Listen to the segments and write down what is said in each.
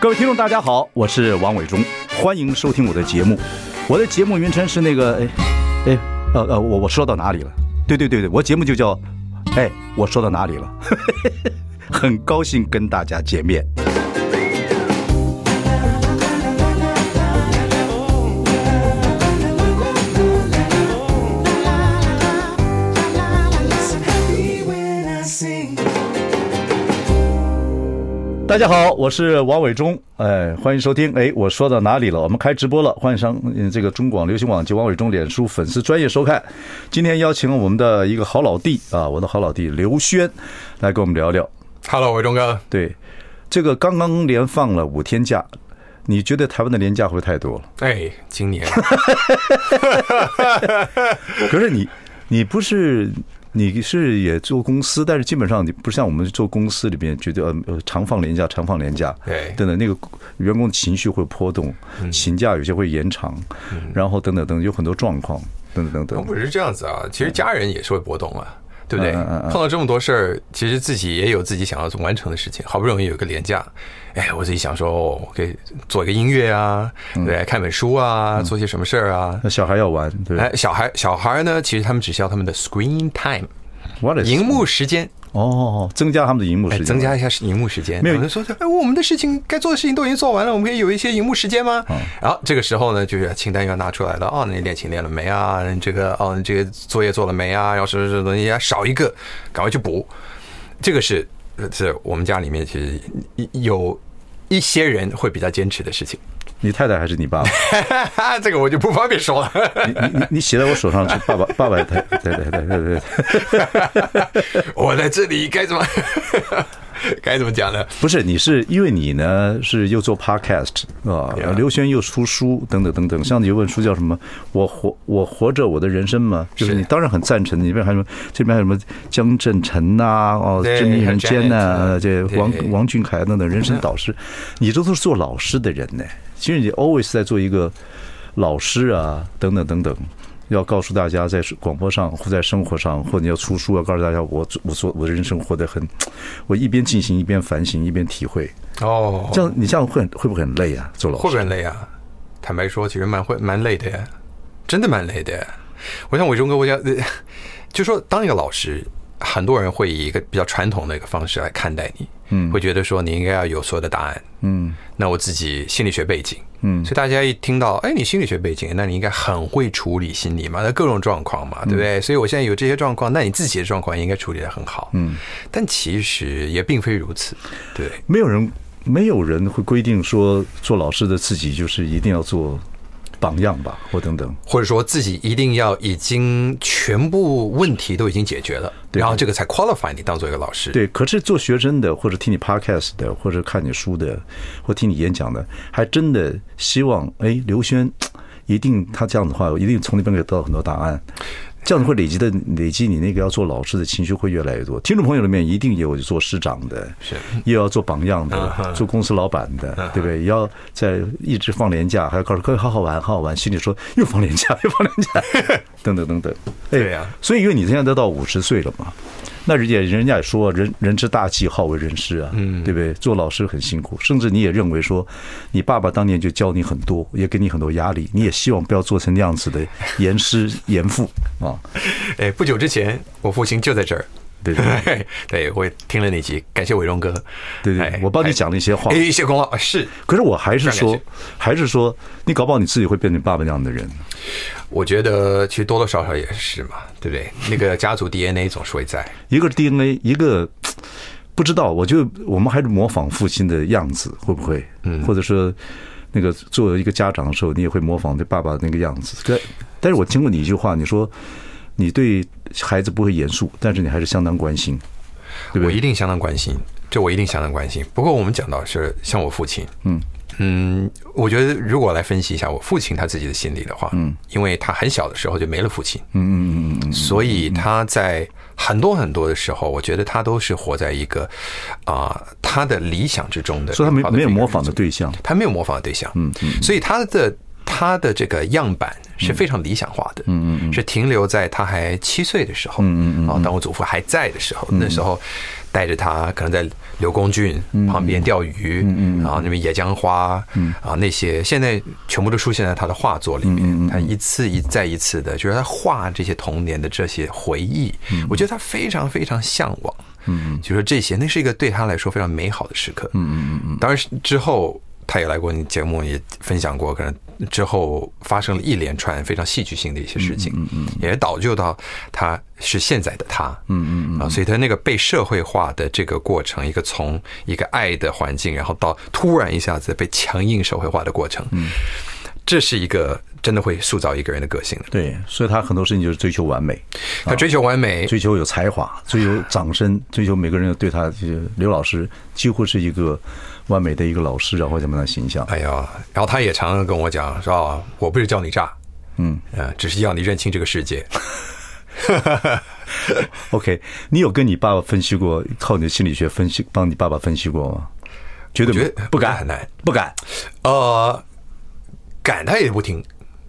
各位听众大家好，我是王伟忠，欢迎收听我的节目。我的节目名称是那个我说到哪里了？对，我节目就叫我说到哪里了？很高兴跟大家见面。大家好，我是王伟忠，欢迎收听。我说到哪里了？我们开直播了，欢迎上这个中广流行网及王伟忠脸书粉丝专页收看。今天邀请我们的一个好老弟啊，我的好老弟刘轩来跟我们聊聊。 Hello， 伟忠哥。 对，这个刚刚连放了5天假，你觉得台湾的连假会不会太多了？ 今年。 可是你不是。你是也做公司，但是基本上你不像我们做公司里面觉得常放连假， 对， 等等，那个员工的情绪会波动，请假有些会延长，然后等等，有很多状况，等等。 不是这样子啊，其实家人也是会波动啊，对不对？碰到这么多事儿，其实自己也有自己想要完成的事情，好不容易有个连假，我自己想说，我可以做一个音乐啊，对，看本书啊，做些什么事儿啊。 那小孩要玩，对， 小孩呢，其实他们只需要他们的 screen time， 荧幕时间。 增加他们的荧幕时间， 增加一下荧幕时间。没有人说，我们的事情该做的事情都已经做完了，我们可以有一些荧幕时间吗？然后这个时候呢，就是清单要拿出来了。那你练琴练了没啊？这个作业做了没啊？要是东西少一个，赶快去补。这个是我们家里面其实有一些人会比较坚持的事情。 你太太还是你爸爸？ 这个我就不方便说了。 你写在我手上是爸爸对。 我在这里该怎么讲呢？ 不是，你是因为你呢是又做 podcast 啊，刘轩又出书等等。像有本书叫什么？我活着我的人生嘛，就是你当然很赞成。里面还有这边还有什么江振成呐，郑义人坚呐，这王俊凯等等人生导师，你这都是做老师的人呢。其实你 always 在做一个老师啊，等等，要告诉大家在广播上或在生活上，或者你要出书，要告诉大家我的人生活得很，我一边进行一边反省一边体会。这样你这样会不会很累啊？做老师会不会很累啊？坦白说，其实蛮累的呀，真的蛮累的。我想伟忠哥，就说当一个老师，很多人会以一个比较传统的一个方式来看待你。会觉得说你应该要有所有的答案。那我自己心理学背景，所以大家一听到你心理学背景，那你应该很会处理心理嘛，那各种状况嘛，对不对？所以我现在有这些状况，那你自己的状况也应该处理得很好。但其实也并非如此，对， 没有人会规定说做老师的自己就是一定要做榜样吧，或等等， 或者说自己一定要已经全部问题都已经解决了，然后这个才 qualify 你当做一个老师。 对，可是做学生的，或者听你 podcast 的，或者看你书的，或听你演讲的，还真的希望刘轩一定他这样子的话，一定从那边可以得到很多答案。这样子会累积你那个要做老师的情绪会越来越多。听众朋友里面一定也有做师长的， 是又要做榜样的，做公司老板的，对不对？也要在一直放连假，还要告诉各位好好玩，心里说又放连假，等等。 对呀， 所以因为你现在都到50岁了嘛，那人家也说人之大器，好为人师啊，对不对？做老师很辛苦，甚至你也认为说，你爸爸当年就教你很多，也给你很多压力，你也希望不要做成那样子的严师严父啊。 不久之前我父亲就在这儿。对，我听了那集，感谢伟忠哥。 对，我帮你讲了一些话， 一些功劳是。 可是我还是说，你搞不好你自己会变成爸爸那样的人。 我觉得其实多多少少也是嘛，对不对？那个家族 DNA 总是会在。 一个 DNA， 一个不知道，我觉得我们还是模仿父亲的样子，会不会？或者说，那个作为一个家长的时候，你也会模仿对爸爸那个样子。但是我听过你一句话，你说你对孩子不会严肃，但是你还是相当关心，对不对？ 我一定相当关心，我一定相当关心。不过我们讲到是像我父亲，我觉得如果来分析一下我父亲他自己的心理的话，因为他很小的时候就没了父亲，所以他在很多的时候，我觉得他都是活在一个他的理想之中的， 所以他没有模仿的对象， 他没有模仿的对象，所以他的他的这个样板是非常理想化的，是停留在他还7岁的时候，当我祖父还在的时候，那时候带着他可能在刘公郡旁边钓鱼，然后那边野姜花，那些现在全部都出现在他的画作里面，他一次再一次的，就是他画这些童年的这些回忆，我觉得他非常非常向往，就说这些，那是一个对他来说非常美好的时刻，当然之后。他也来过你节目，也分享过，可能之后发生了一连串非常戏剧性的一些事情，也导就到他是现在的他，所以他那个被社会化的这个过程，一个从一个爱的环境，然后到突然一下子被强硬社会化的过程，这是一个真的会塑造一个人的个性的。 对，所以他很多事情就是追求完美， 他追求完美， 追求有才华，追求掌声，追求每个人对他，刘老师几乎是一个完美的一个老师，然后怎么样的形象？ 哎呀，然后他也常常跟我讲说，我不是叫你炸，只是要你认清这个世界。 OK， 你有跟你爸爸分析过，靠你的心理学分析，帮你爸爸分析过吗？绝对不敢， 很难， 不敢。 敢他也不听。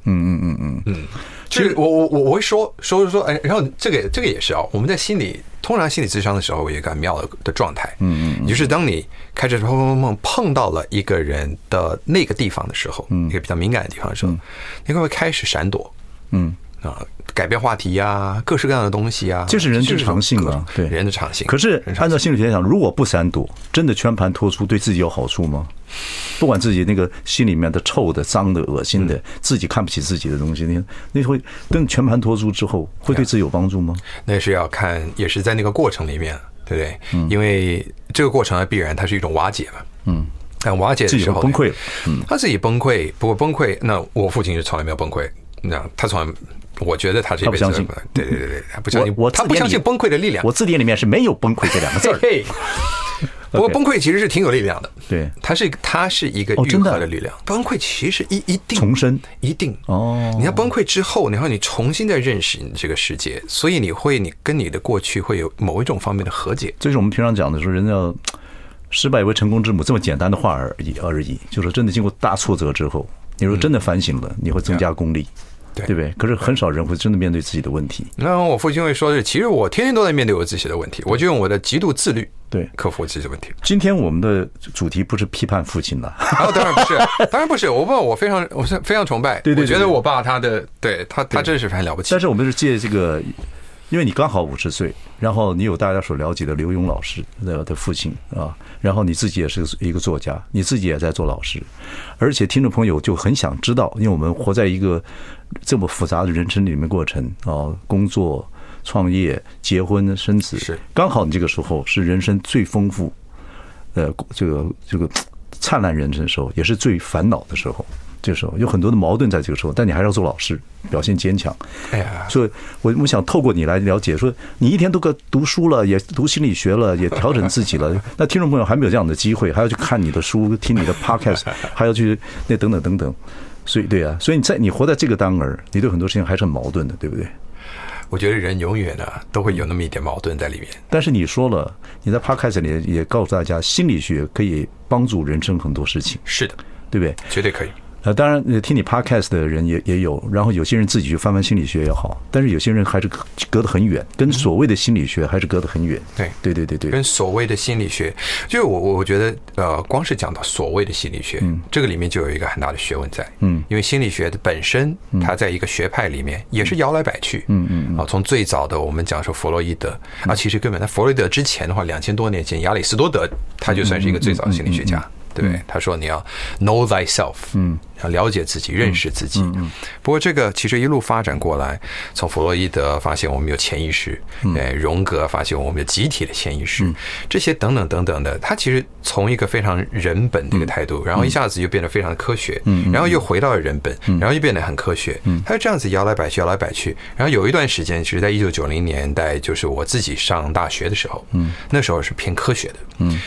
就是我会说，哎，然后这个也是我们在通常心理咨商的时候有一个很妙的状态，就是当你开始碰到了一个人的那个地方的时候，一个比较敏感的地方的时候，你会开始闪躲，改变话题啊，各式各样的东西啊， 这是人之常性啊，对， 人的常性。 可是按照心理学讲，如果不闪躲，真的全盘托出，对自己有好处吗？不管自己那个心里面的臭的、脏的、恶心的，自己看不起自己的东西，那会等全盘托出之后，会对自己有帮助吗？ 那是要看，也是在那个过程里面，对不对？因为这个过程必然它是一种瓦解嘛，但瓦解的时候崩溃了， 他自己崩溃，不过崩溃，那我父亲是从来没有崩溃，那他从来。我觉得他这辈子， 他不相信， 对，他不相信，他不相信崩溃的力量。 我字典里面是没有崩溃这两个字儿。 不过崩溃其实是挺有力量的， 对， 它是一个愈合的力量。崩溃其实一定重生， 一定你要崩溃之后，然后你重新再认识你这个世界，所以你跟你的过去会有某一种方面的和解。 这是我们平常讲的说，人要失败为成功之母这么简单的话而已。就是真的经过大挫折之后，你说真的反省了，你会增加功力。对不对？可是很少人会真的面对自己的问题。 那我父亲会说其实我天天都在面对我自己的问题，我就用我的极度自律对克服自己的问题。 今天我们的主题不是批判父亲了， 当然不是。我非常崇拜，我觉得我爸他真是很了不起。 但是我们是借这个，因为你刚好50岁，然后你有大家所了解的刘墉老师的父亲啊，然后你自己也是一个作家，你自己也在做老师，而且听众朋友就很想知道，因为我们活在一个这么复杂的人生里面过程啊，工作、创业、结婚、生子， 是刚好你这个时候是人生最丰富，这个灿烂人生的时候，也是最烦恼的时候。这个时候有很多的矛盾在这个时候，但你还是要做老师，表现坚强。 哎呀， 所以我想透过你来了解，说你一天都读书了，也读心理学了，也调整自己了。那听众朋友还没有这样的机会，还要去看你的书，听你的 podcast， 还要去那等等。所以对啊，所以你活在这个当儿，你对很多事情还是很矛盾的，对不对？ 我觉得人永远都会有那么一点矛盾在里面。 但是你说了，你在 podcast 里也告诉大家，心理学可以帮助人生很多事情。 是的， 对不对？ 绝对可以。 当然，听你 podcast 的人也有，然后有些人自己去翻心理学也好，但是有些人还是隔得很远，跟所谓的心理学还是隔得很远。对，跟所谓的心理学，就是我觉得光是讲到所谓的心理学，这个里面就有一个很大的学问在，因为心理学的本身，它在一个学派里面也是摇来摆去，从最早的我们讲说弗洛伊德，其实根本在弗洛伊德之前的话，2000多年前，亚里士多德他就算是一个最早的心理学家。对不对？他说你要 know thyself， 要了解自己，认识自己。不过这个其实一路发展过来，从弗洛伊德发现我们有潜意识，荣格发现我们有集体的潜意识，这些等等的，他其实从一个非常人本的一个态度，然后一下子又变得非常的科学，然后又回到了人本，然后又变得很科学，他就这样子摇来摆去，然后有一段时间，其实在1990年代，就是我自己上大学的时候，那时候是偏科学的。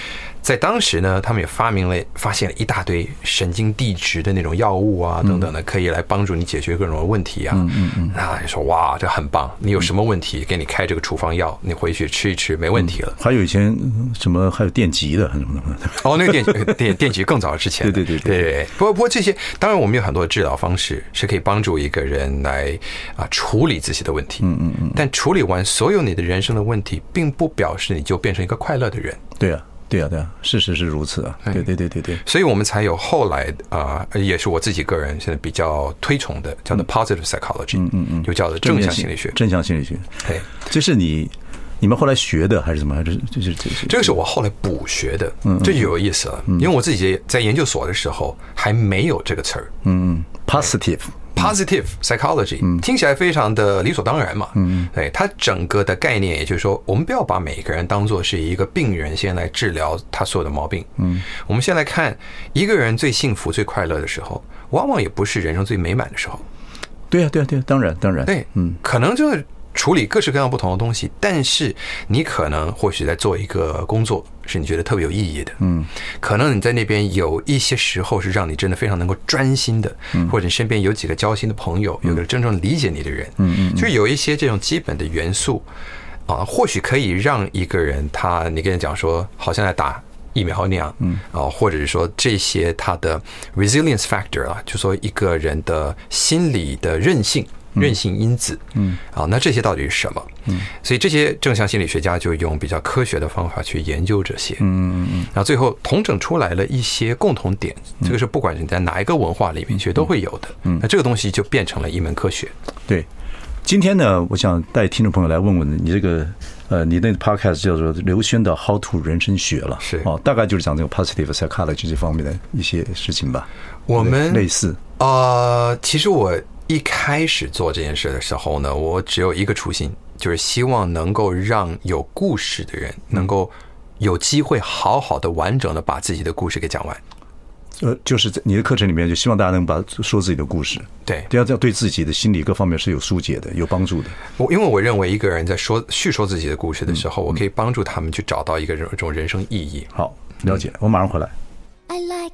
在当时呢，他们也发现了一大堆神经递质的那种药物啊，等等的，可以来帮助你解决各种的问题啊。那你说哇，这很棒！你有什么问题，给你开这个处方药，你回去吃一吃，没问题了。 还有以前什么还有电极的什么的。 哦，那个电极更早之前。对。不过这些，当然我们有很多治疗方式是可以帮助一个人来处理自己的问题。但处理完所有你的人生的问题，并不表示你就变成一个快乐的人。 对啊，事实是如此啊。对。 所以我们才有后来也是我自己个人现在比较推崇的，叫做 positive psychology，就叫做正向心理学。 正向心理学，对，这是你们后来学的还是什么？还是这个是我后来补学的，这就有意思了。因为我自己在研究所的时候还没有这个词儿。Positive psychology 听起来非常的理所当然嘛。对，它整个的概念，也就是说，我们不要把每个人当作是一个病人先来治疗他所有的毛病。我们先来看一个人最幸福、最快乐的时候，往往也不是人生最美满的时候。 对啊，当然。 对，可能就是处理各式各样不同的东西，但是你可能或许在做一个工作是你觉得特别有意义的，可能你在那边有一些时候是让你真的非常能够专心的，或者你身边有几个交心的朋友，有个真正理解你的人，就有一些这种基本的元素或许可以让一个人你跟人讲说好像在打疫苗那样，或者是说这些他的 resilience factor 就说一个人的心理的韧性因子，那这些到底是什么？所以这些正向心理学家就用比较科学的方法去研究这些，然后最后统整出来了一些共同点，这个是不管你在哪一个文化里面其实都会有的，那这个东西就变成了一门科学。 对，今天呢，我想带听众朋友来问问你这个你那个 podcast 叫做刘轩的 How to 人生学了， 是大概就是讲这个 positive psychology 这方面的一些事情吧。 我们类似其实我一开始做这件事的时候呢，我只有一个初心，就是希望能够让有故事的人能够有机会好好的完整的把自己的故事给讲完。 就是在你的课程里面，就希望大家能说自己的故事，对，这样对自己的心理各方面是有疏解的、有帮助的。 因为我认为一个人在叙说自己的故事的时候，我可以帮助他们去找到一种人生意义。 好，了解，我马上回来。 I like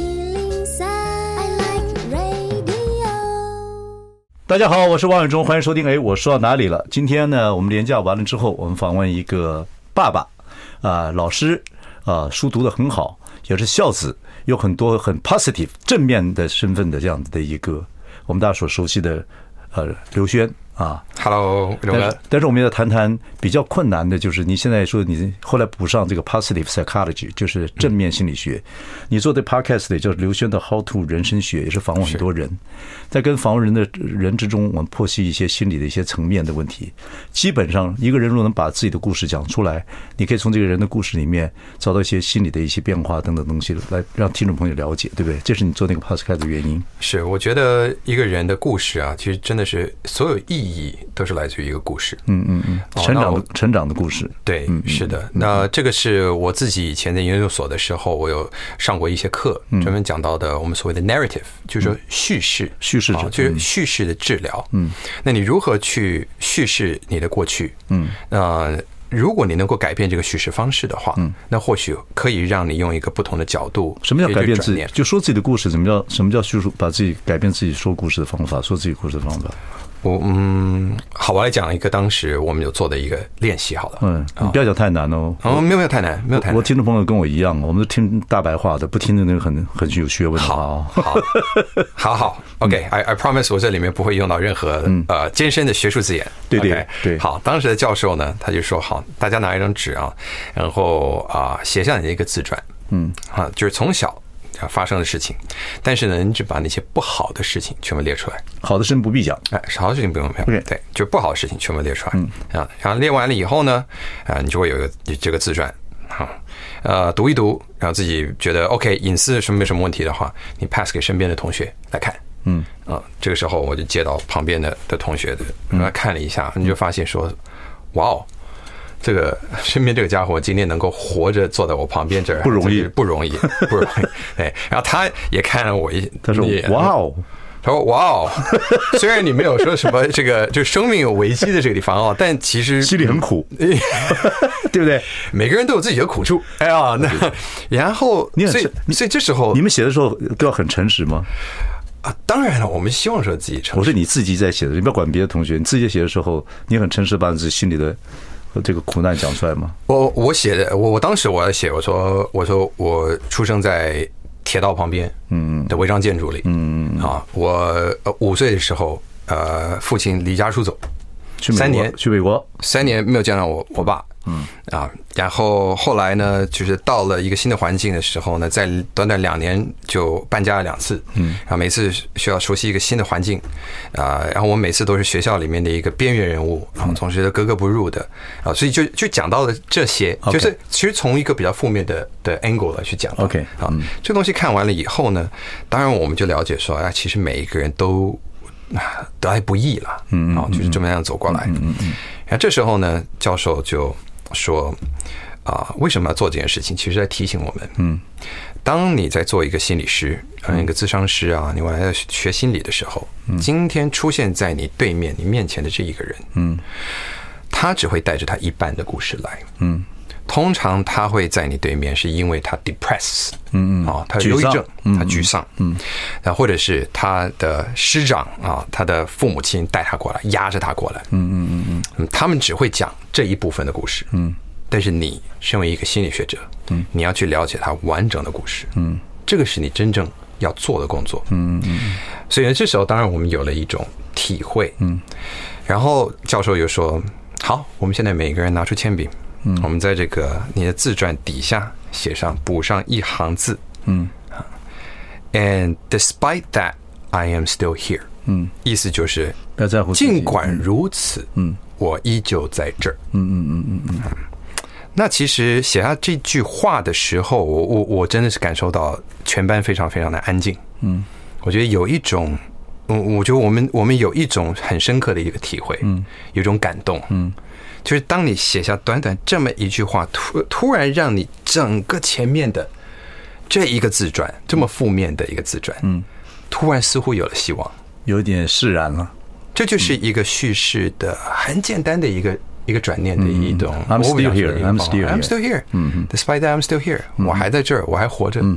103, I like radio。 大家好，我是王永忠，欢迎收听。我说到哪里了？今天呢，我们连假完了之后，我们访问一个爸爸老师书读得很好，也是孝子，有很多很 positive 正面的身份的这样子的一个我们大家所熟悉的刘轩 Hello， 荣哥。 但是我们要谈谈比较困难的，就是你现在说你后来补上这个 positive psychology， 就是正面心理学。你做的 podcast 也叫刘轩的 How to 人生学，也是访问很多人，在跟访问人之中，我们剖析一些心理的一些层面的问题。基本上一个人如果能把自己的故事讲出来，你可以从这个人的故事里面找到一些心理的一些变化等等东西，来让听众朋友了解，对不对？这是你做那个 podcast 的原因。 是，我觉得一个人的故事其实真的是所有意义都是来自于一个故事。 成长的故事。 对，是的。那这个是我自己以前在研究所的时候，我有上过一些课，专门讲到的我们所谓的 narrative， 就是说叙事就是叙事的治疗。那你如何去叙事你的过去？如果你能够改变这个叙事方式的话，那或许可以让你用一个不同的角度。 什么叫改变自己？就说自己的故事，什么叫叙述？把自己改变自己说故事的方法，说自己故事的方法。 好，我来讲一个当时我们有做的一个练习好了。 你不要讲太难哦。 没有太难，没有太难。 我听众朋友跟我一样，我们都听大白话的，不听的那个很有学问的。 好 ，OK，I promise 我这里面不会用到任何艰深的学术字眼。对。好，当时的教授呢，他就说好，大家拿一张纸然后写下你的一个自传。就是从小发生的事情，但是呢，你只把那些不好的事情全部列出来。 好的事情不必讲， 好的事情不用讲。对，就不好的事情全部列出来。然后列完了以后呢，你就会有这个自传，读一读，然后自己觉得 OK， 隐私什么没什么问题的话，你 pass 给身边的同学来看。这个时候我就接到旁边的同学的，看了一下，你就发现说，哇哦。这个身边这个家伙今天能够活着坐在我旁边，这不容易。 对，然后他也看了我他说：“哇哦， 他说：“哇哦，虽然你没有说什么这个就生命有危机的这个地方啊，但其实心里很苦，对不对？ 每个人都有自己的苦处。哎呀，那然后所以这时候你们写的时候都要很诚实吗？ 啊，当然了，我们希望说自己诚实。 我说你自己在写的，你不要管别的同学，你自己写的时候，你很诚实，把你自己心里的这个苦难讲出来吗？ 我写的，我当时我要写，我说我出生在铁道旁边的违章建筑里，我5岁的时候，父亲离家出走，3年去美国 ，3年没有见到我爸，然后后来呢，就是到了一个新的环境的时候呢，在短短2年就搬家了2次，然后每次需要熟悉一个新的环境，然后我每次都是学校里面的一个边缘人物，然后总是格格不入的，所以就讲到了这些，就是其实从一个比较负面的 angle 来去讲 ，OK， 这个东西看完了以后呢，当然我们就了解说，其实每一个人都得来不易了，就是这么样走过来的，然后这时候呢，教授就说为什么要做这件事情？其实在提醒我们，当你在做一个心理师，一个咨商师啊，你在学心理的时候，今天出现在你对面、你面前的这一个人，他只会带着他一半的故事来，通常他会在你对面，是因为他 depress， 他有忧郁症，他沮丧，或者是他的师长他的父母亲带他过来，压着他过来，他们只会讲这一部分的故事，但是你身为一个心理学者，你要去了解他完整的故事，这个是你真正要做的工作，所以呢，这时候当然我们有了一种体会，然后教授又说，好，我们现在每个人拿出铅笔。我们在这个你的自传底下补上一行字，And despite that, I am still here。意思就是不要在乎自己， 尽管如此，我依旧在这儿。那其实写下这句话的时候，我真的是感受到全班非常非常的安静。我觉得有一种，我觉得我们有一种很深刻的一个体会，有一种感动。就是当你写下短短这么一句话，突然让你整个前面的这一个自传，这么负面的一个自传，突然似乎有了希望， 有点释然了。 这就是一个叙事的很简单的一个转念的一种。 I'm still here. I'm still here. Despite that, I'm still here. 我还在这儿，我还活着。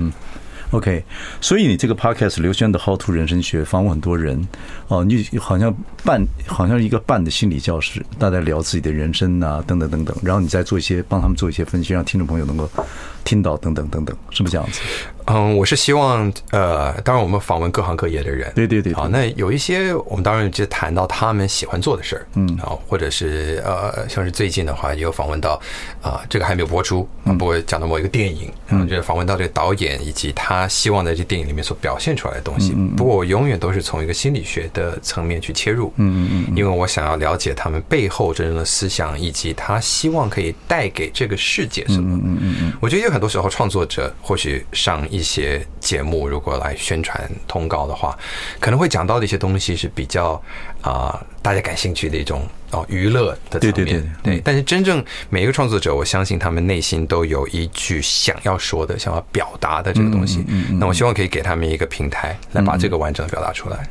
OK， 所以你这个 podcast 刘轩的浩图人生学访问很多人你好像一个半的心理教室，大家聊自己的人生啊，等等等等，然后你再帮他们做一些分析，让听众朋友能够听到等等等等，是不是这样子？ 我是希望当然我们访问各行各业的人， 对， 好，那有一些我们当然就谈到他们喜欢做的事儿，或者是像是最近的话也有访问到这个还没有播出，不过讲到某一个电影，然后就访问到这个导演以及他希望在这电影里面所表现出来的东西。不过我永远都是从一个心理学的层面去切入，因为我想要了解他们背后真正的思想，以及他希望可以带给这个世界什么。我觉得有很多时候创作者或许上一些节目如果来宣传通告的话，可能会讲到的一些东西是比较大家感兴趣的一种娱乐的层面，对。但是真正每一个创作者，我相信他们内心都有一句想要说的、想要表达的这个东西。那我希望可以给他们一个平台，来把这个完整的表达出来。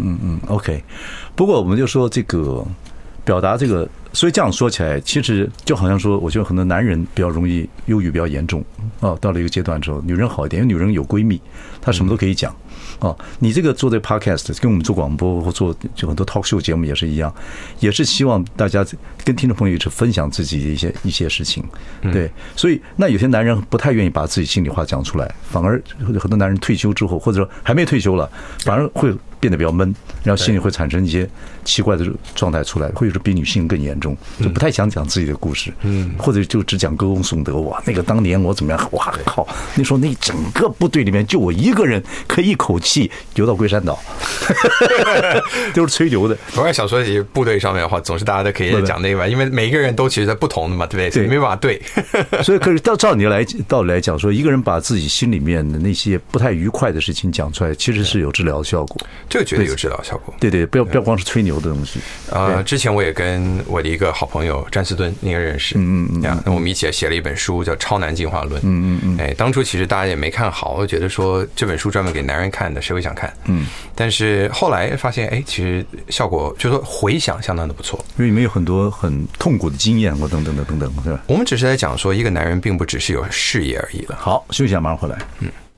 OK。不过我们就说这个表达这个，所以这样说起来，其实就好像说，我觉得很多男人比较容易忧郁比较严重到了一个阶段之后，女人好一点，因为女人有闺蜜，她什么都可以讲。你这个做这 podcast 跟我们做广播或做就很多 talk show 节目也是一样，也是希望大家跟听众朋友一起分享自己的一些事情，对。所以那有些男人不太愿意把自己心里话讲出来，反而很多男人退休之后，或者说还没退休了，反而会变得比较闷，然后心里会产生一些奇怪的状态出来，或者是比女性更严重，就不太想讲自己的故事，或者就只讲歌功颂德。哇，那个当年我怎么样？哇靠！那时候那整个部队里面就我一个人可以一口气游到龟山岛，都是吹牛的。 我还想说，部队上面的话，总是大家都可以讲那个，因为每一个人都其实在不同的嘛，对不对？没办法对。 所以可是照你道理来讲，说一个人把自己心里面的那些不太愉快的事情讲出来，其实是有治疗的效果。 这个绝对有治疗效果。 对，不要光是吹牛的东西。 之前我也跟我的一个好朋友詹士敦，你也认识，那我们一起写了一本书叫《超男进化论》。当初其实大家也没看好，我觉得说这本书专门给男人看的，谁会想看？但是后来发现，其实效果就是说回响相当的不错， 因为你们有很多很痛苦的经验或等等，是吧？ 我们只是在讲说，一个男人并不只是有事业而已了。 好，休息一下，马上回来。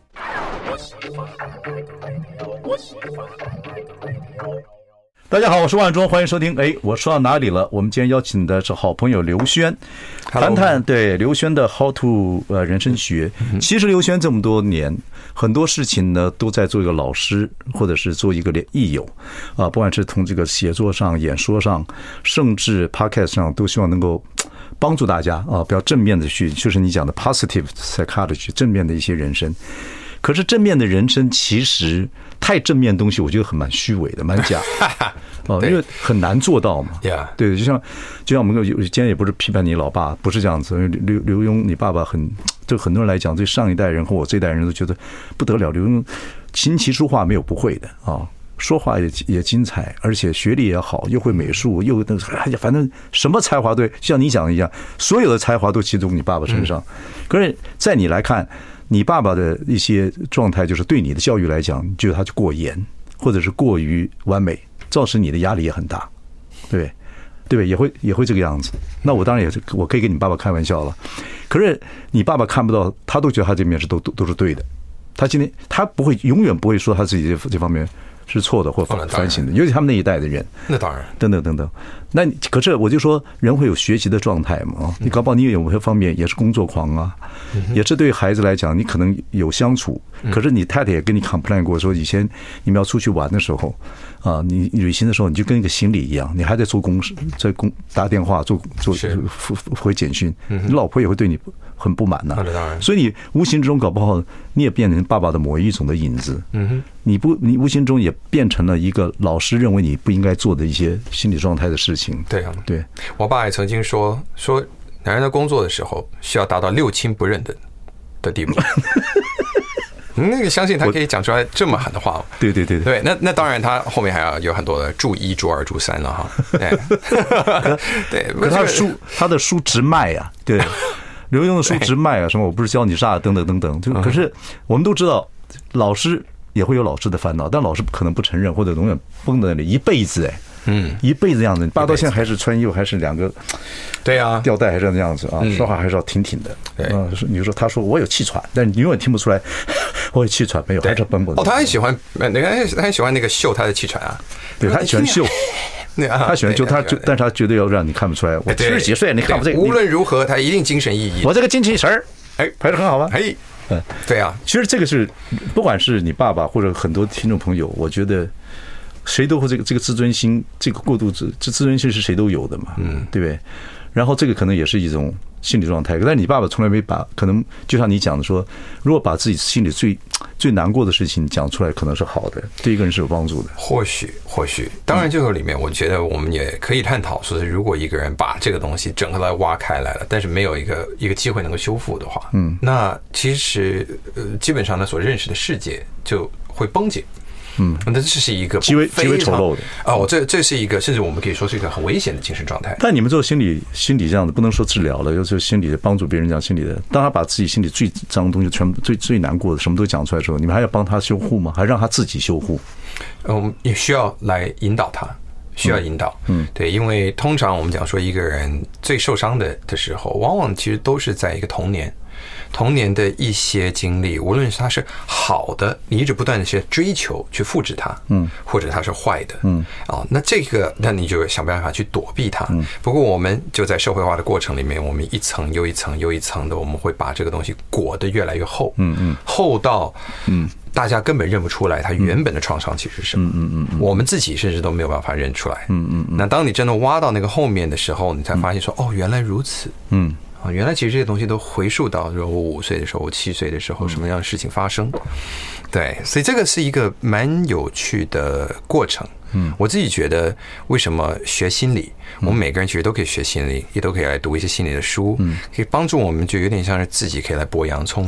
大家好，我是万忠，欢迎收听。我说到哪里了？我们今天邀请的是好朋友刘轩，谈谈对刘轩的 How to 人生学。其实刘轩这么多年，很多事情呢都在做一个老师，或者是做一个益友不管是从这个写作上、演说上，甚至 Podcast 上，都希望能够帮助大家比较正面的去，就是你讲的 positive psychology 正面的一些人生。可是正面的人生其实太正面的东西，我觉得蛮虚伪的，蛮假因为很难做到嘛。对，就像我们今天也不是批判你老爸，不是这样子。刘墉，你爸爸对很多人来讲，对上一代人和我这一代人都觉得不得了。刘墉琴棋书画没有不会的说话也精彩，而且学历也好，又会美术，又反正什么才华对，像你讲的一样，所有的才华都集中你爸爸身上。可是在你来看，你爸爸的一些状态，就是对你的教育来讲，觉得他就过严，或者是过于完美，造成你的压力也很大，对不对？也会这个样子。那我当然我可以跟你爸爸开玩笑了。可是你爸爸看不到，他都觉得他这面是都是对的。他永远不会说他自己这方面是错的或反省的，尤其他们那一代的人。那当然，等等。那可是我就说，人会有学习的状态嘛你搞不好你有些方面也是工作狂啊，也是对孩子来讲，你可能有相处，可是你太太也跟你 complain 过，说以前你们要出去玩的时候你旅行的时候，你就跟一个行李一样，你还在做公事，打电话做回简讯，你老婆也会对你很不满呐。所以你无形之中搞不好你也变成爸爸的某一种的影子。你无形中也变成了一个老师认为你不应该做的一些心理状态的事情。对， 我爸也曾经说男人在工作的时候需要达到六亲不认的地步。那个相信他可以讲出来这么狠的话吗？ 对， 那当然，他后面还要有很多的注1、注2、注3了哈。对， 他的书直卖啊，对，刘墉的书直卖啊，什么我不是教你啥等等。可是我们都知道，老师也会有老师的烦恼，但老师可能不承认，或者永远绷在那里一辈子一辈子这样子，爸到现在还是穿衣服，还是2个吊带，还是那样子说话还是要挺的。你说他说我有气喘，但你永远听不出来我有气喘没有，还是蹦蹦。 他很喜欢，他很喜欢那个秀他的气喘啊。 对，他喜欢秀，他喜欢秀，但是他绝对要让你看不出来。我70几岁，你看我这个， 无论如何，他一定精神奕奕。 我这个精气神儿，排得很好吧？ 对啊。 其实这个是，不管是你爸爸或者很多听众朋友，我觉得。谁都会这个自尊心，这个过度自尊心是谁都有的嘛，对不对？然后这个可能也是一种心理状态，但你爸爸从来没把，可能就像你讲的说，如果把自己心里最难过的事情讲出来，可能是好的，对一个人是有帮助的。 或许，当然这个里面，我觉得我们也可以探讨，说是如果一个人把这个东西整个来挖开来了，但是没有一个机会能够修复的话，那其实基本上他所认识的世界就会崩解。那这是一个极为丑陋的这是一个，甚至我们可以说是一个很危险的精神状态。 但你们做心理这样的，不能说治疗了，就是心理的帮助别人讲心理的。当他把自己心里最脏的东西、全部最难过的什么都讲出来的时候，你们还要帮他修护吗？还让他自己修护？ 也需要来引导他。需要引导，对，因为通常我们讲说一个人最受伤的时候，往往其实都是在一个童年的一些经历，无论是它是好的，你一直不断的去追求去复制它，或者它是坏的，那你就想办法去躲避它。不过我们就在社会化的过程里面，我们一层又一层又一层的，我们会把这个东西裹得越来越厚，厚到大家根本认不出来它原本的创伤其实是什么，我们自己甚至都没有办法认出来。那当你真的挖到那个后面的时候，你才发现说，原来如此，原来其实这些东西都回溯到我5岁的时候，我7岁的时候，什么样的事情发生？对，所以这个是一个蛮有趣的过程。我自己觉得，为什么学心理，我们每个人其实都可以学心理，也都可以来读一些心理的书，可以帮助我们，就有点像是自己可以来剥洋葱一样。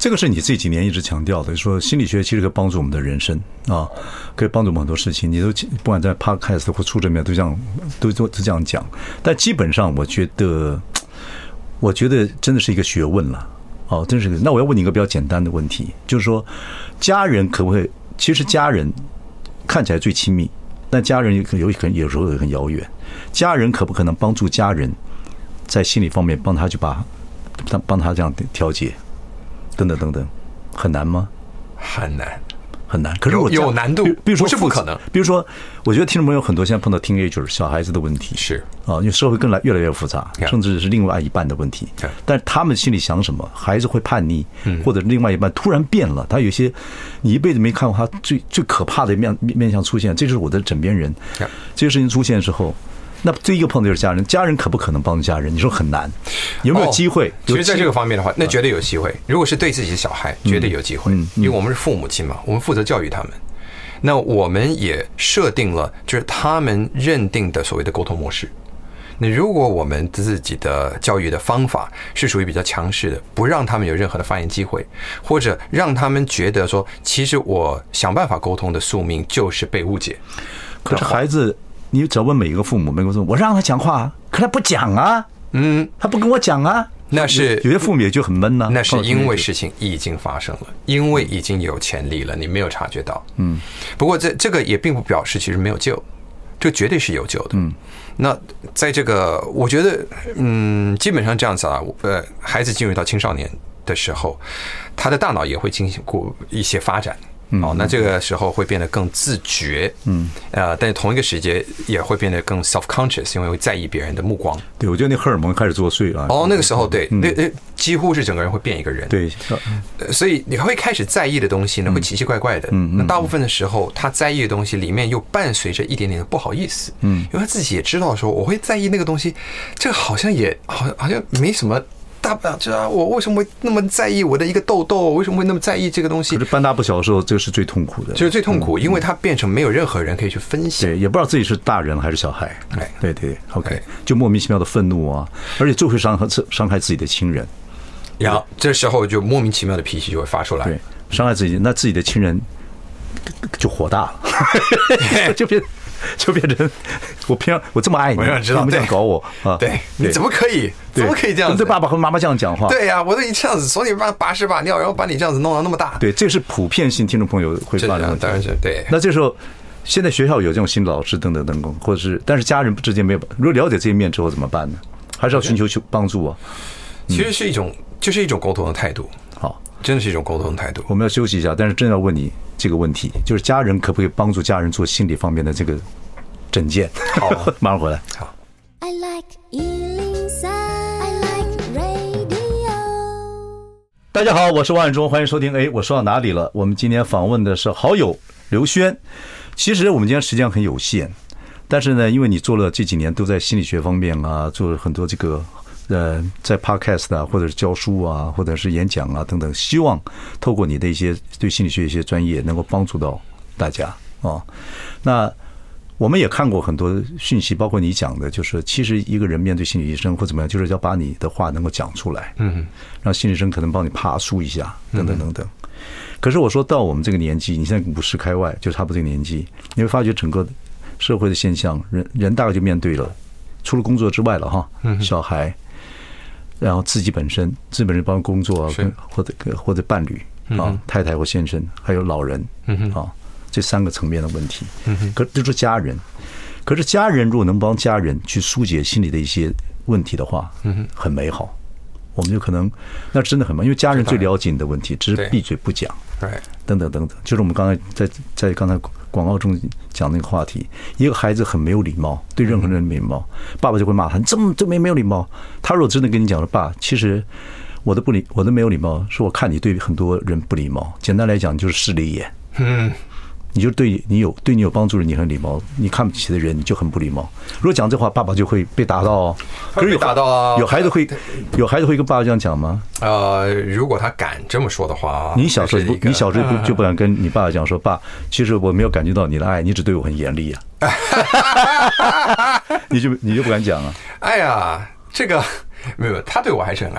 这个是你这几年一直强调的，说心理学其实可以帮助我们的人生啊，可以帮助我们很多事情。你都不管在 podcast 或出这面都这样讲，但基本上我觉得真的是一个学问了。哦，真是个。那我要问你一个比较简单的问题，就是说，家人可不可以？其实家人看起来最亲密，但家人有时候也很遥远。家人可不可能帮助家人在心理方面帮他这样调节？等等等等，很难吗？ 很难， 很难。可是有难度， 比如说不是不可能。 比如说，我觉得听众朋友很多现在碰到 teenager 小孩子的问题是啊，因为社会越来越复杂，甚至是另外一半的问题。但他们心里想什么？孩子会叛逆，或者另外一半突然变了，他有些你一辈子没看过他最可怕的面相出现，这就是我的枕边人。这些事情出现之后。那第一个碰到就是家人，家人可不可能帮助家人？你说很难，有没有机会？ 其实，在这个方面的话，那绝对有机会。如果是对自己的小孩，绝对有机会，因为我们是父母亲嘛，我们负责教育他们。那我们也设定了，就是他们认定的所谓的沟通模式。那如果我们自己的教育的方法是属于比较强势的，不让他们有任何的发言机会，或者让他们觉得说，其实我想办法沟通的宿命就是被误解。 可是孩子。你只要问每一个父母，我让他讲话，可他不讲啊，他不跟我讲啊， 那是有些父母也就很闷呐。 那是因为事情已经发生了，因为已经有潜力了，你没有察觉到。不过这个也并不表示其实没有救，这绝对是有救的。那在这个，我觉得，基本上这样子啊，孩子进入到青少年的时候，他的大脑也会进行过一些发展。那这个时候会变得更自觉，但是同一个时间也会变得更 self-conscious， 因为会在意别人的目光。 对，我觉得那荷尔蒙开始作祟了。 那个时候对，那几乎是整个人会变一个人。 对， 所以你会开始在意的东西呢，会奇奇怪怪的。那大部分的时候，他在意的东西里面又伴随着一点点的不好意思。因为他自己也知道说，我会在意那个东西，这个好像没什么。大不了这啊，我为什么会那么在意我的一个痘痘？为什么会那么在意这个东西？ 可是半大不小的时候，这个是最痛苦的， 就是最痛苦，因为它变成没有任何人可以去分析， 对，也不知道自己是大人还是小孩。对 ，OK， 就莫名其妙的愤怒啊，而且最会伤害自己的亲人。 然后这时候就莫名其妙的脾气就会发出来， 对，伤害自己，那自己的亲人就火大了，就变成我这么爱你，你怎么这样搞我啊？ 对，你怎么可以这样子？ 对爸爸和妈妈这样讲话？ 对呀，我都这样子，所以把屎把尿，然后把你这样子弄到那么大。 对，这是普遍性听众朋友会发生的问题。 当然是对。 那这时候，现在学校有这种心理老师等等，或者是，但是家人之间没有。如果了解这一面之后怎么办呢？还是要寻求帮助啊。 其实是就是一种沟通的态度。好，真的是一种沟通的态度。 我们要休息一下，但是真要问你这个问题，就是家人可不可以帮助家人做心理方面的这个诊见？ 好， 马上回来。 好。 I like 103, I like radio。 大家好，我是王永忠，欢迎收听。我说到哪里了？我们今天访问的是好友刘轩。其实我们今天时间很有限，但是呢，因为你做了这几年都在心理学方面啊，做了很多这个在 podcast 啊，或者是教书啊，或者是演讲啊等等，希望透过你的一些对心理学一些专业，能够帮助到大家啊。那我们也看过很多讯息，包括你讲的，就是其实一个人面对心理医生或怎么样，就是要把你的话能够讲出来，让心理医生可能帮你爬梳一下，等等等等。可是我说到我们这个年纪，你现在50开外，就差不多这个年纪，你会发觉整个社会的现象，人大概就面对了，除了工作之外了哈，小孩，然后自己本身包括工作或者伴侣啊，太太或先生，还有老人啊。这3个层面的问题，可就是家人。可是家人如果能帮家人去疏解心理的一些问题的话，很美好。我们就可能那真的很美，因为家人最了解你的问题，只是闭嘴不讲，等等等等。就是我们刚才在刚才广告中讲那个话题，一个孩子很没有礼貌，对任何人没礼貌，爸爸就会骂他，你这么没有礼貌。他如果真的跟你讲了，爸，其实我的没有礼貌，是我看你对很多人不礼貌。简单来讲，就是势利眼。你就对你有帮助的，你很礼貌；你看不起的人，你就很不礼貌。如果讲这话，爸爸就会被打到哦。 可是有打到啊， 有孩子会跟爸爸这样讲吗？ 如果他敢这么说的话， 你小时候就不敢跟你爸爸讲说，爸，其实我没有感觉到你的爱，你只对我很严厉啊。你就不敢讲啊？ 哎呀，这个没有，他对我还是很爱的。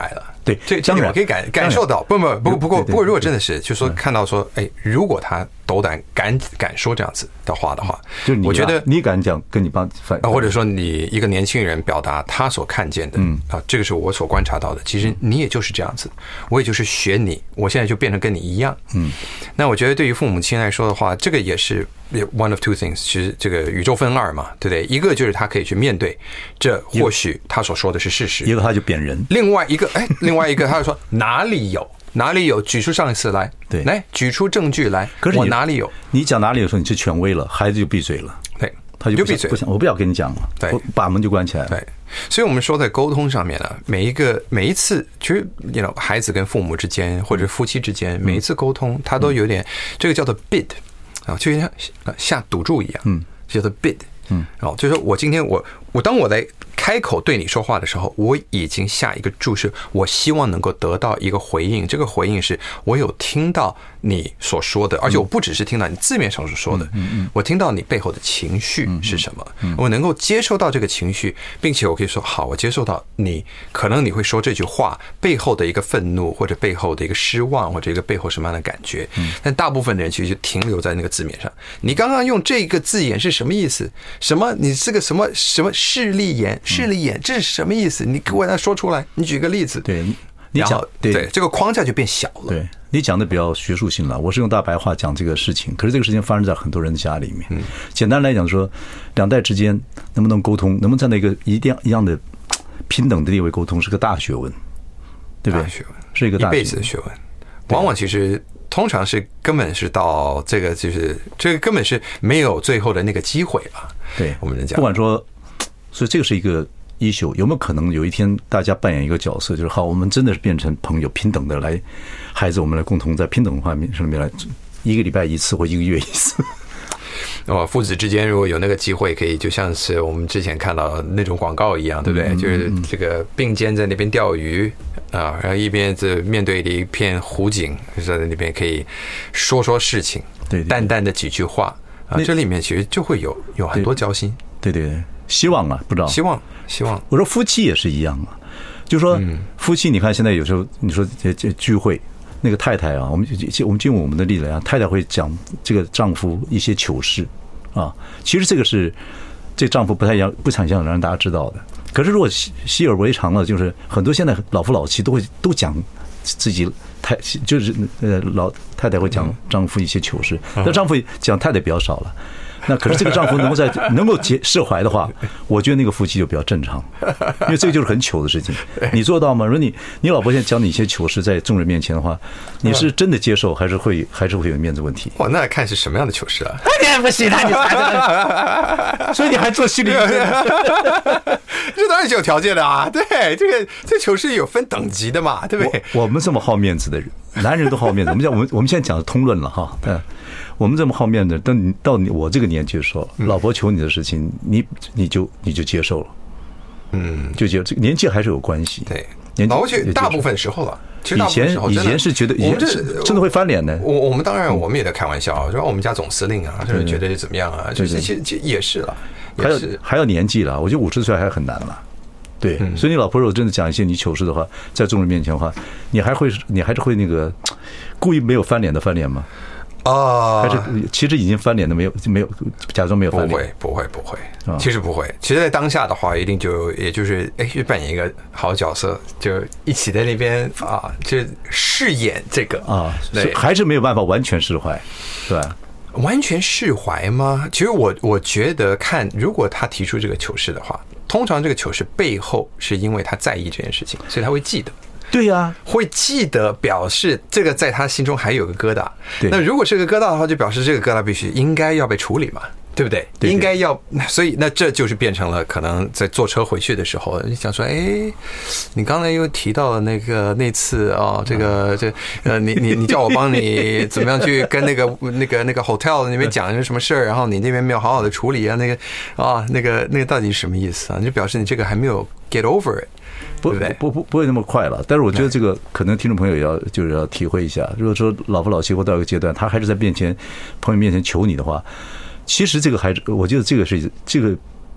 对， 这当然我可以感受到。不过，如果真的是，就说看到说，哎，如果他斗胆敢说这样子的话的话， 就你我觉得你敢讲，跟你爸反， 或者说你一个年轻人表达他所看见的，这个是我所观察到的。其实你也就是这样子，我也就是学你，我现在就变成跟你一样。那我觉得对于父母亲来说的话，这个也是 one of two things。其实这个宇宙分二嘛，对不对？一个就是他可以去面对，这或许他所说的是事实； 一个他就贬人。 另外一个他就说哪里有，举出上一次来， 对， 来举出证据来。 可是我哪里有？ 你讲哪里有时候你是权威了，孩子就闭嘴了。 对， 他就闭嘴，不想，我不要跟你讲了， 对， 把门就关起来了。 对，所以我们说在沟通上面呢，每一次，其实孩子跟父母之间或者夫妻之间，每一次沟通，他都有点这个叫做 bid 啊，就像下赌注一样，叫做 bid。然后就是说我今天我当我在开口对你说话的时候，我已经下一个注释，我希望能够得到一个回应。这个回应是我有听到你所说的，而且我不只是听到你字面上所说的，我听到你背后的情绪是什么，我能够接受到这个情绪，并且我可以说好，我接受到你可能你会说这句话背后的一个愤怒，或者背后的一个失望，或者一个背后什么样的感觉。但大部分的人其实就停留在那个字面上。你刚刚用这个字眼是什么意思？什么？你这个什么势利眼？这是什么意思？你给我来说出来。你举个例子。 对，你讲对这个框架就变小了。 对，你讲的比较学术性了，我是用大白话讲这个事情。可是这个事情发生在很多人的家里面。简单来讲说，两代之间能不能沟通，能不能站在一个一样的平等的地位沟通，是个大学问，对不对？ 大学问是一个大学问， 一辈子的学问。往往其实通常是根本是到这个根本是没有最后的那个机会吧。 对， 我们讲不管说，所以这个是一个issue，有没有可能有一天大家扮演一个角色，就是好，我们真的是变成朋友，平等的来，孩子我们来共同在平等化上面来，一个礼拜一次或一个月一次。 父子之间如果有那个机会，可以就像是我们之前看到那种广告一样，对不对？就是这个并肩在那边钓鱼啊，然后一边面对的一片湖景，就在那边可以说事情， 对， 淡淡的几句话啊，这里面其实就会有很多交心。对， 希望啊，不知道希望。 我说夫妻也是一样啊，就说夫妻，你看现在有时候你说这聚会。那个太太啊，我们就用我们的例子啊，太太会讲这个丈夫一些糗事啊。其实这个是这丈夫不太想让大家知道的。可是如果习而为常了，就是很多现在老夫老妻都讲自己就是老太太会讲丈夫一些糗事，那丈夫讲太太比较少了。那可是这个丈夫能够释怀的话，我觉得那个夫妻就比较正常，因为这个就是很糗的事情。你做到吗？如果你老婆现在讲你一些糗事在众人面前的话，你是真的接受，还是会有面子问题？ 哇，那看是什么样的糗事啊？ 你不行啊，所以你还做心理医生？ 这当然是有条件的啊。对，这糗事有分等级的嘛，对不对？ 我们这么好面子的人，男人都好面子。我们现在讲的通论了哈，我们这么好面子，等到我这个年纪的时候，老婆求你的事情，你就接受了，就接受。这个年纪还是有关系。 对， 老婆大部分时候了。其实以前是觉得，以前真的会翻脸的。 我们当然我们也在开玩笑，说我们家总司令啊，就是觉得怎么样啊，就是其实也是了， 还有年纪了。我觉得50岁还很难了。对，所以你老婆如果真的讲一些你糗事的话，在众人面前的话，你还是会那个故意没有翻脸的翻脸吗？还是其实已经翻脸的没有假装没有翻脸？ 不会，其实不会。其实，在当下的话，一定也就是扮演一个好角色，就一起在那边啊，就饰演这个啊， 还是没有办法完全释怀，对吧？ 完全释怀吗？其实我觉得如果他提出这个糗事的话，通常这个糗事背后是因为他在意这件事情，所以他会记得。 对呀， 会记得，表示这个在他心中还有个疙瘩。那如果是个疙瘩的话，就表示这个疙瘩应该要被处理嘛，对不对？应该要，所以那这就是变成了可能在坐车回去的时候，你想说，你刚才又提到了那次啊，你叫我帮你怎么样去跟那个 hotel 那边讲一个什么事儿，然后你那边没有好好的处理啊，那个到底是什么意思啊？就表示你这个还没有 get over it。不会那么快了，但是我觉得这个可能听众朋友就是要体会一下。如果说老夫老妻或到一个阶段，他还是在朋友面前求你的话，其实这个我觉得这个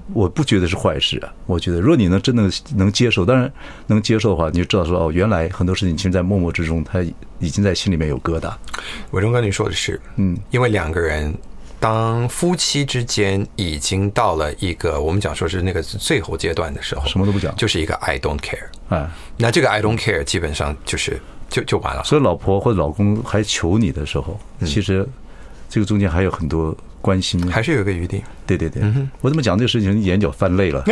我不觉得是坏事啊。我觉得，如果你真的能接受，当然能接受的话，你就知道说哦，原来很多事情其实在默默之中，他已经在心里面有疙瘩。 伟忠哥，你说的是，因为两个人当夫妻之间已经到了一个我们讲说是那个最后阶段的时候， 什么都不讲， 就是一个 I don't care。 哎， 那这个 I don't care 基本上就完了。 所以老婆或者老公还求你的时候，其实这个中间还有很多关心， 还是有个余地。 对对对，我怎么讲这个事情，眼角泛泪了。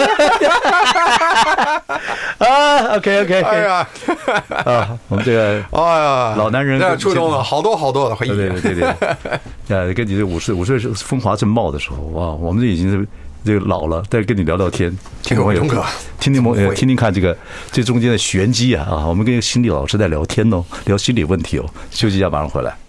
啊 ，OK， 哎呀， 啊，我们这个哎呀， 老男人触动了好多的回忆。 对，跟你这五岁是风华正茂的时候，哇，我们这已经是这个老了，再跟你聊聊天，听听看这中间的玄机啊！我们跟心理老师在聊天哦，聊心理问题哦。休息一下，马上回来。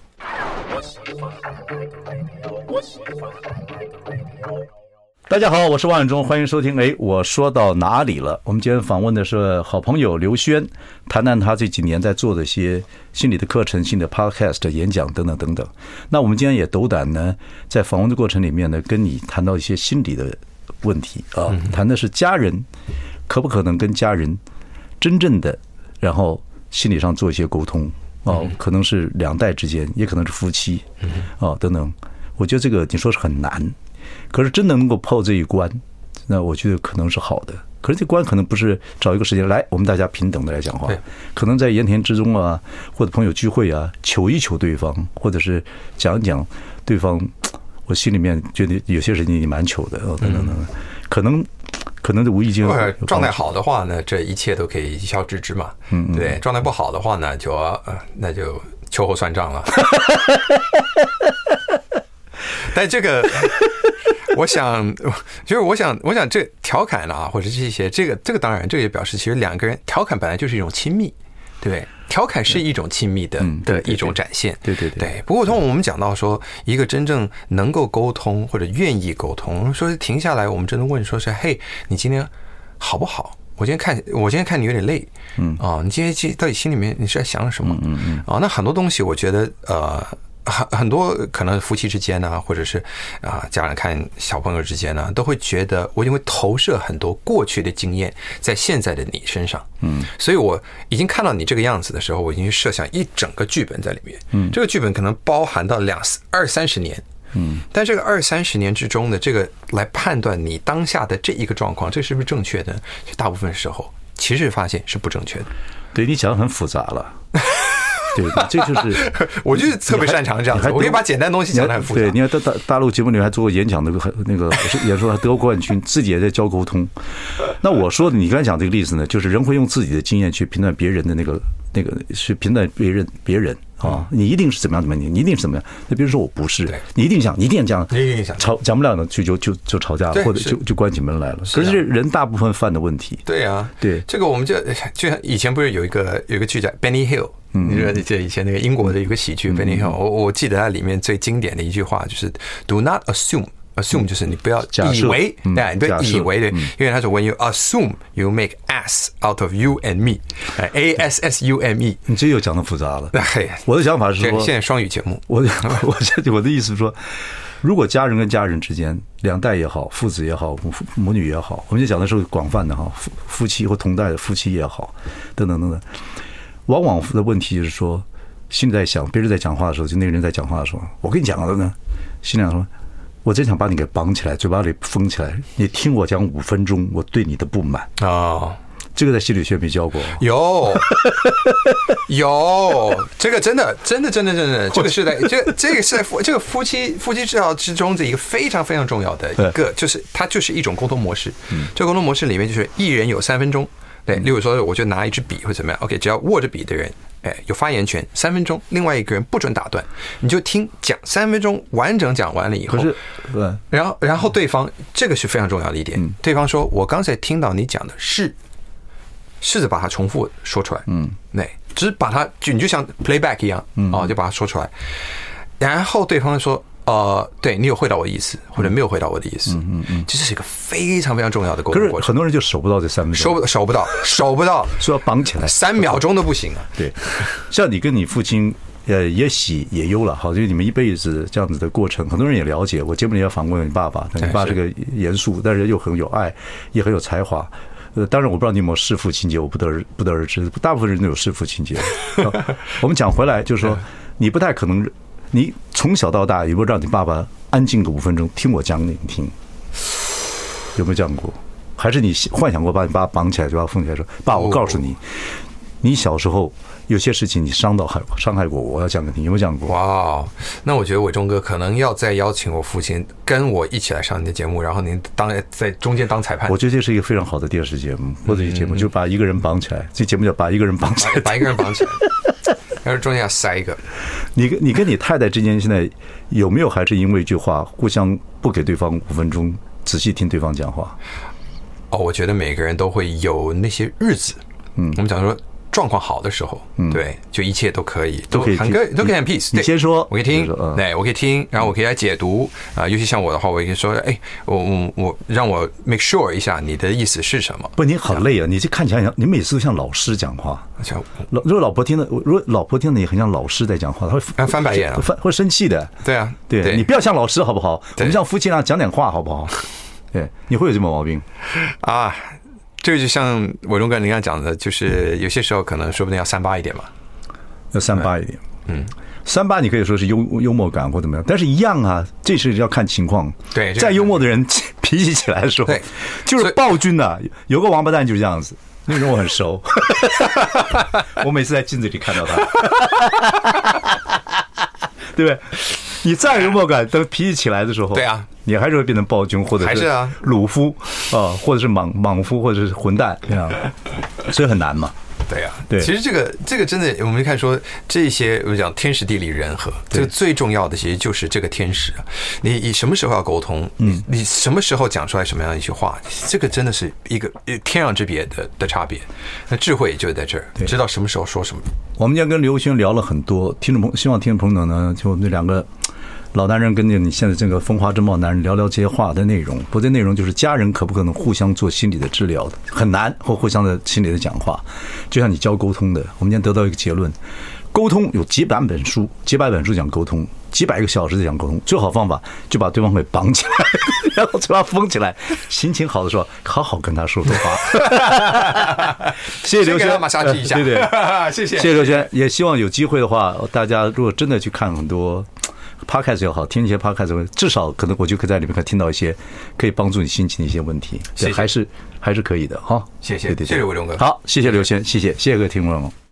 大家好，我是王永忠，欢迎收听。我说到哪里了？我们今天访问的是好朋友刘轩，谈谈他这几年在做的一些心理的课程、心理的 podcast 演讲等等等等。那我们今天也斗胆呢，在访问的过程里面呢，跟你谈到一些心理的问题啊，谈的是家人可不可能跟家人真正的，然后心理上做一些沟通哦，可能是两代之间，也可能是夫妻哦等等。我觉得这个你说是很难。可是真的能够破这一关，那我觉得可能是好的。可是这关可能不是找一个时间来，我们大家平等的来讲话，可能在言谈之中啊，或者朋友聚会啊，求一求对方，或者是讲一讲对方，我心里面觉得有些事情你蛮糗的等等等等，可能是无意间状态好的话呢，这一切都可以一笑置之嘛。对，状态不好的话呢，那就秋后算账了。但这个，我想这调侃啊，或者是一些这个当然，这也表示其实两个人调侃本来就是一种亲密，对不对？调侃是一种亲密的一种展现， 对。 不过我们讲到说，一个真正能够沟通或者愿意沟通，说是停下来，我们真的问说是，嘿，你今天好不好？我今天看你有点累，你今天到底心里面你是在想什么？那很多东西我觉得很多可能夫妻之间呢，或者是家人看小朋友之间呢，都会觉得我已经会投射很多过去的经验在现在的你身上，所以我已经看到你这个样子的时候，我已经设想一整个剧本在里面，这个剧本可能包含到20-30年，但这个20-30年之中的这个来判断你当下的这一个状况，这是不是正确的？大部分时候其实发现是不正确的。 对，你讲得很复杂了。对，这就是我就是特别擅长这样子，我可以把简单东西讲得很复杂。对， 你看大陆节目里还做过演讲那个也说他得过冠军，自己也在教沟通。那我说的，你刚才讲这个例子呢，就是人会用自己的经验去评断别人的那个去评断别人啊，你一定是怎么样，你一定是怎么样。那别人说我不是，你一定讲，讲不了呢，就吵架，或者就关起门来了。可是人大部分犯的问题， 对啊， 对这个我们就像以前不是有一个剧叫 Benny Hill。你说这以前那个英国的一个喜剧 Benny Hill， 我记得它里面最经典的一句话就是 "Do not assume 就是你不要以为，对，你不要以为的，因为他说 When you assume, you make ass out of you and me, ASSUME。 你这又讲得复杂了。我的想法是说， 现在双语节目， 我的意思是说，如果家人跟家人之间，两代也好，父子也好，母女也好，我们就讲的是广泛的哈，夫妻或同代的夫妻也好，等等等等。往往的问题就是说，心里在想，别人在讲话的时候，就那个人在讲话的时候，我跟你讲了呢，心里想说，我真想把你给绑起来，嘴巴里封起来，你听我讲5分钟，我对你的不满啊。这个在心理学没教过， 有，这个真的，这个是在这个是在这个夫妻治疗之中的一个非常非常重要的一个，就是它就是一种沟通模式。这个沟通模式里面就是一人有3分钟。对，例如说，我就拿一支笔或怎么样 ，OK， 只要握着笔的人，有发言权，3分钟，另外一个人不准打断，你就听讲3分钟，完整讲完了以后，然后对方这个是非常重要的一点，对方说，我刚才听到你讲的试着把它重复说出来，只是把它你就像 playback 一样，就把它说出来，然后对方说。对你有回答我的意思，或者没有回答我的意思，这是一个非常非常重要的沟通过程。 可是很多人就守不到这3分钟， 守不到，说要绑起来 ，3 秒钟都不行啊。 对，像你跟你父亲也喜也忧了，好，就是你们一辈子这样子的过程，很多人也了解。我节目里也访问你爸爸，你爸这个严肃，但是又很有爱，也很有才华。当然我不知道你有没有弑父情节，我不得而知。大部分人都有弑父情节。我们讲回来，就是说你不太可能，你从小到大有没有让你爸爸安静个5分钟，听我讲给你听？有没有这样过？还是你幻想过把你爸绑起来，就把他封起来说：“爸，我告诉你，你小时候有些事情你伤害过我，要讲给你。”有没有讲过？ 哇，那我觉得伟忠哥可能要再邀请我父亲跟我一起来上你的节目，然后您在中间当裁判。 我觉得这是一个非常好的电视节目或者一个节目，就把一个人绑起来。这节目叫把一个人绑起来， 把一个人绑起来，然后中间要塞一个。 你跟你太太之间现在有没有还是因为一句话互相不给对方5分钟仔细听对方讲话？ 我觉得每个人都会有那些日子，我们讲说状况好的时候，对，就一切都可以，都可以很 peace。 你先说， 我可以听，对，我可以听，然后我可以来解读啊。尤其像我的话，我可以说，我让我 make sure 一下你的意思是什么。 不，你好累啊！你这看起来像你每次都像老师讲话。如果老婆听了，也很像老师在讲话，他会翻白眼啊， 会生气的。 对啊， 对你不要像老师好不好？我们像夫妻那讲点话好不好？对，你会有这么毛病啊？这个就像伟忠哥你刚才讲的，就是有些时候可能说不定要38一点嘛， 要38一点。38你可以说是幽默感或怎么样，但是一样啊，这是要看情况。 对， 再幽默的人脾气起来的时候，就是暴君呐。有个王八蛋就是这样子，那个人我很熟，我每次在镜子里看到他，对不对？你再幽默感，等脾气起来的时候， 对啊， 你还是会变成暴君，或者是鲁夫啊，或者是莽夫，或者是混蛋，这样，所以很难嘛。 对呀， 对， 其实这个真的，我们看说这些我们讲天时地利人和，这个最重要的其实就是这个天时啊。你什么时候要沟通，你什么时候讲出来什么样一句话，这个真的是一个天壤之别的差别。那智慧就在这儿，知道什么时候说什么。 我们今天跟刘轩聊了很多，希望听众朋友呢，就我们这2个老男人跟你现在这个风华正茂男人聊聊这些话的内容。不，这内容就是家人可不可能互相做心理的治疗的，很难，或互相的心理的讲话，就像你教沟通的。我们今天得到一个结论，沟通有几百本书讲沟通，几百个小时在讲沟通，最好方法就把对方给绑起来，然后嘴巴封起来，心情好的时候好好跟他说说话。谢谢刘轩， 马杀鸡一下， 对， 谢谢刘轩，也希望有机会的话，大家如果真的去看很多Podcast 也好，听一些 Podcast， 至少可能我就可以在里面可以听到一些可以帮助你心情的一些问题，还是可以的哈。 谢谢伟忠哥， 好，谢谢刘轩，谢谢各位听众。